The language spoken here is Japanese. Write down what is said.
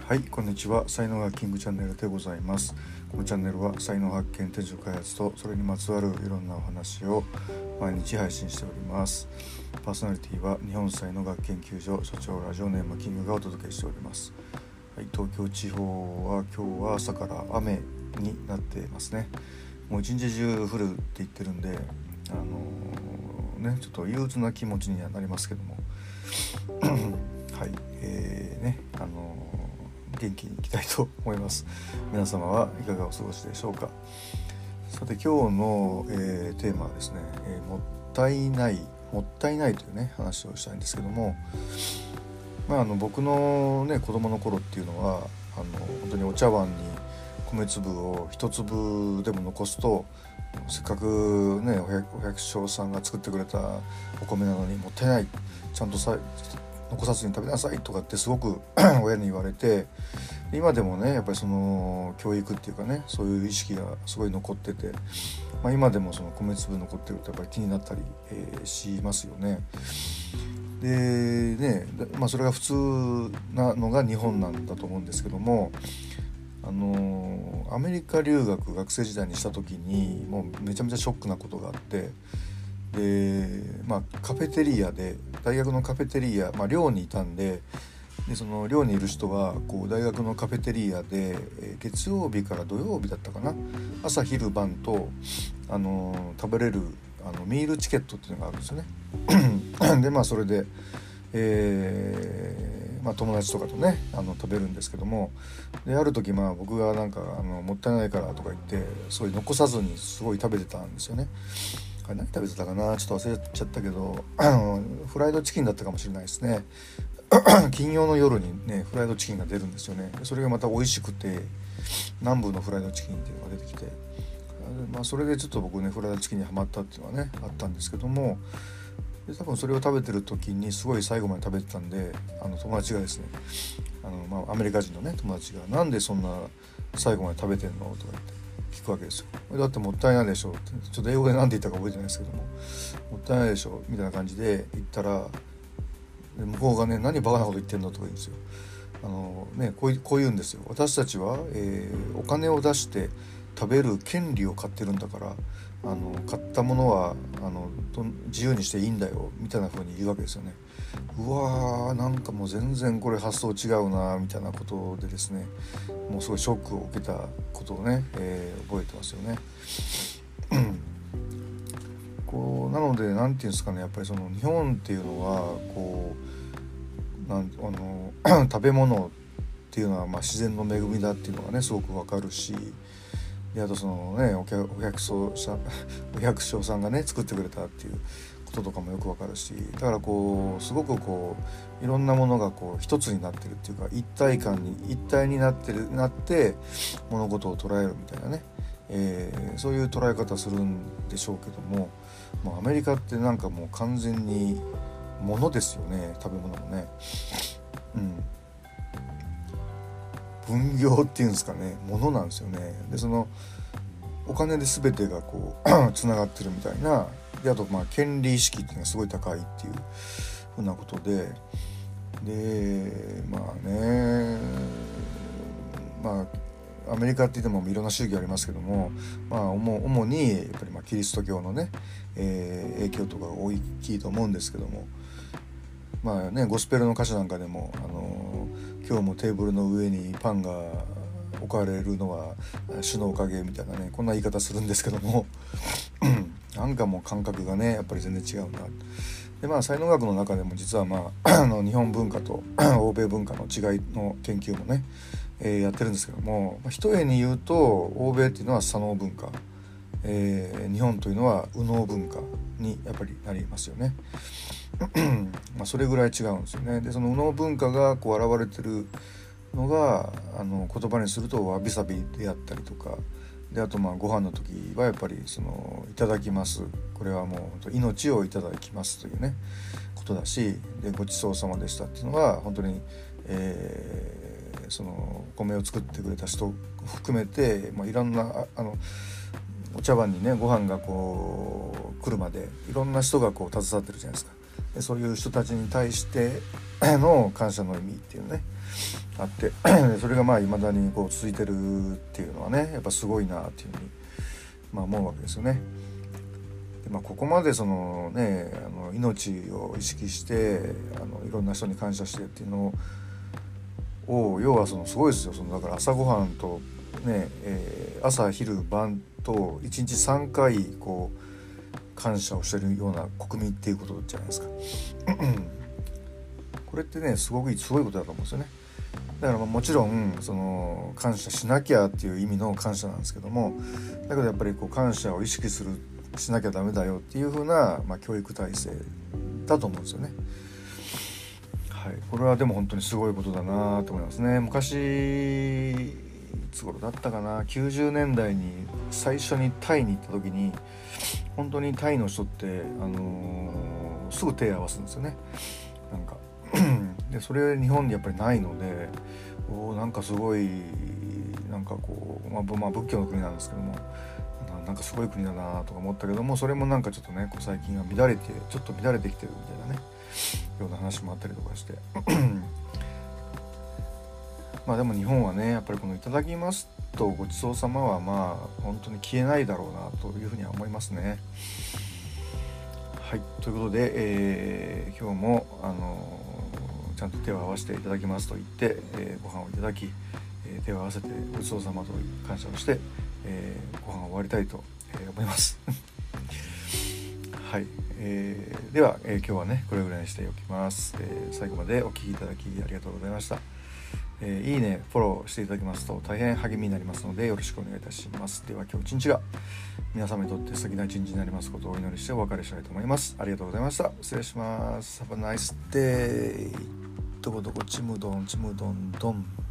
はい、こんにちは。才能がキングチャンネルでございます。このチャンネルは才能発見、手順開発とそれにまつわるいろんなお話を毎日配信しております。パーソナリティは日本才能学研究所所長ラジオネームキングがお届けしております。はい、東京地方は今日は朝から雨になっていますね。もう一日中降るって言ってるんで、ちょっと憂鬱な気持ちにはなりますけどもはい、元気にいきたいと思います。皆様はいかがお過ごしでしょうか。さて今日の、テーマはですね、もったいないというね話をしたいんですけども、僕のね子供の頃っていうのは本当にお茶碗に米粒を一粒でも残すとせっかくねお百姓さんが作ってくれたお米なのにもったいない、ちゃんと残さずに食べなさいとかってすごく親に言われて、今でもねやっぱりその教育っていうかねそういう意識がすごい残ってて、今でもその米粒残ってるとやっぱり気になったり、しますよね。でね、それが普通なのが日本なんだと思うんですけども、アメリカ留学生時代にした時にもうめちゃめちゃショックなことがあって、でカフェテリアで大学のカフェテリア、寮にいたんで、その寮にいる人はこう大学のカフェテリアで、月曜日から土曜日だったかな、朝昼晩と食べれるミールチケットっていうのがあるんですよねでそれで、友達とかとね食べるんですけども、である時僕がもったいないからとか言ってすごい残さずにすごい食べてたんですよね。何食べてたかな、ちょっと忘れちゃったけどフライドチキンだったかもしれないですね金曜の夜にねフライドチキンが出るんですよね。それがまた美味しくて南部のフライドチキンっていうのが出てきて、それでちょっと僕ねフライドチキンにハマったっていうのはねあったんですけども、で多分それを食べてる時にすごい最後まで食べてたんで、友達がですねアメリカ人のね友達がなんでそんな最後まで食べてんのとか言って聞くわけですよ。だってもったいないでしょって、ちょっと英語で何て言ったか覚えてないですけども、もったいないでしょみたいな感じで言ったら、向こうがね何バカなこと言ってんのとか言うんですよ。こう言うんですよ。私たちは、お金を出して食べる権利を買ってるんだから、買ったものは自由にしていいんだよみたいな風に言うわけですよね。うわー、もう全然これ発想違うなみたいなことでですね、もうすごいショックを受けたことをね、覚えてますよねなのでなんていうんですかね、やっぱりその日本っていうのは食べ物っていうのは自然の恵みだっていうのがねすごくわかるし、であとそのねお百姓さんがね作ってくれたっていうこととかもよくわかるし、だからすごくいろんなものが一つになってるっていうか一体になって物事を捉えるみたいなね、そういう捉え方するんでしょうけども、アメリカってもう完全に物ですよね、食べ物もね。分業っていうんですかね、物なんですよね。でそのお金で全てがつながってるみたいな、であと権利意識っていうのがすごい高いっていうふうなことで、アメリカって言ってもいろんな宗教ありますけども、主にやっぱりキリスト教のね、影響とかが大きいと思うんですけども、ゴスペルの歌詞なんかでも今日もテーブルの上にパンが置かれるのは主のおかげみたいなね、こんな言い方するんですけどももう感覚がねやっぱり全然違うな。で才能学の中でも実は日本文化と欧米文化の違いの研究もね、やってるんですけども、一重に言うと欧米っていうのは左脳文化、日本というのは右脳文化にやっぱりなりますよねそれぐらい違うんですよね。でその右脳文化が現れてるのが言葉にするとわびさびであったりとかで、あとご飯の時はやっぱりいただきます、これはもう命をいただきますというねことだし、でごちそうさまでしたっていうのは本当に、その米を作ってくれた人を含めて、いろんなお茶碗にねご飯が来るまでいろんな人が携わってるじゃないですか。 そういう人たちに対しての感謝の意味っていうねあってそれがまあ未だにこう続いてるっていうのはねやっぱすごいなっていうふうに思うわけですよね。で、ここまでそのね命を意識していろんな人に感謝してっていうのを要はすごいですよ。だから朝ごはんとね、朝昼晩と1日3回こう感謝をしてるような国民っていうことじゃないですかこれってねすごいことだと思うんですよね。だからもちろん感謝しなきゃっていう意味の感謝なんですけども、だけどやっぱりこう感謝を意識しなきゃダメだよっていう風な、教育体制だと思うんですよね。はい、これはでも本当にすごいことだなと思いますね。昔いつ頃だったかな、90年代に最初にタイに行った時に本当にタイの人って、すぐ手を合わすんですよね。なんかでそれ日本にやっぱりないのでなんかすごいなんかこう、仏教の国なんですけどもなんかすごい国だなとか思ったけども、それもなんかちょっとねこう最近はちょっと乱れてきてるみたいなねような話もあったりとかしてでも日本はねやっぱりこのいただきますとごちそうさまは本当に消えないだろうなというふうには思いますね。はい、ということで、今日もちゃんと手を合わせていただきますと言って、ご飯をいただき、手を合わせてごちそうさまと感謝をして、ご飯を終わりたいと、思いますはい、では、今日はねこれぐらいにしておきます。最後までお聞きいただきありがとうございました。いいねフォローしていただきますと大変励みになりますのでよろしくお願いいたします。では今日一日が皆様にとって素敵な一日になりますことをお祈りしてお別れしたいと思います。ありがとうございました。失礼します。Have a nice day。どこどこちむどんちむどんどん。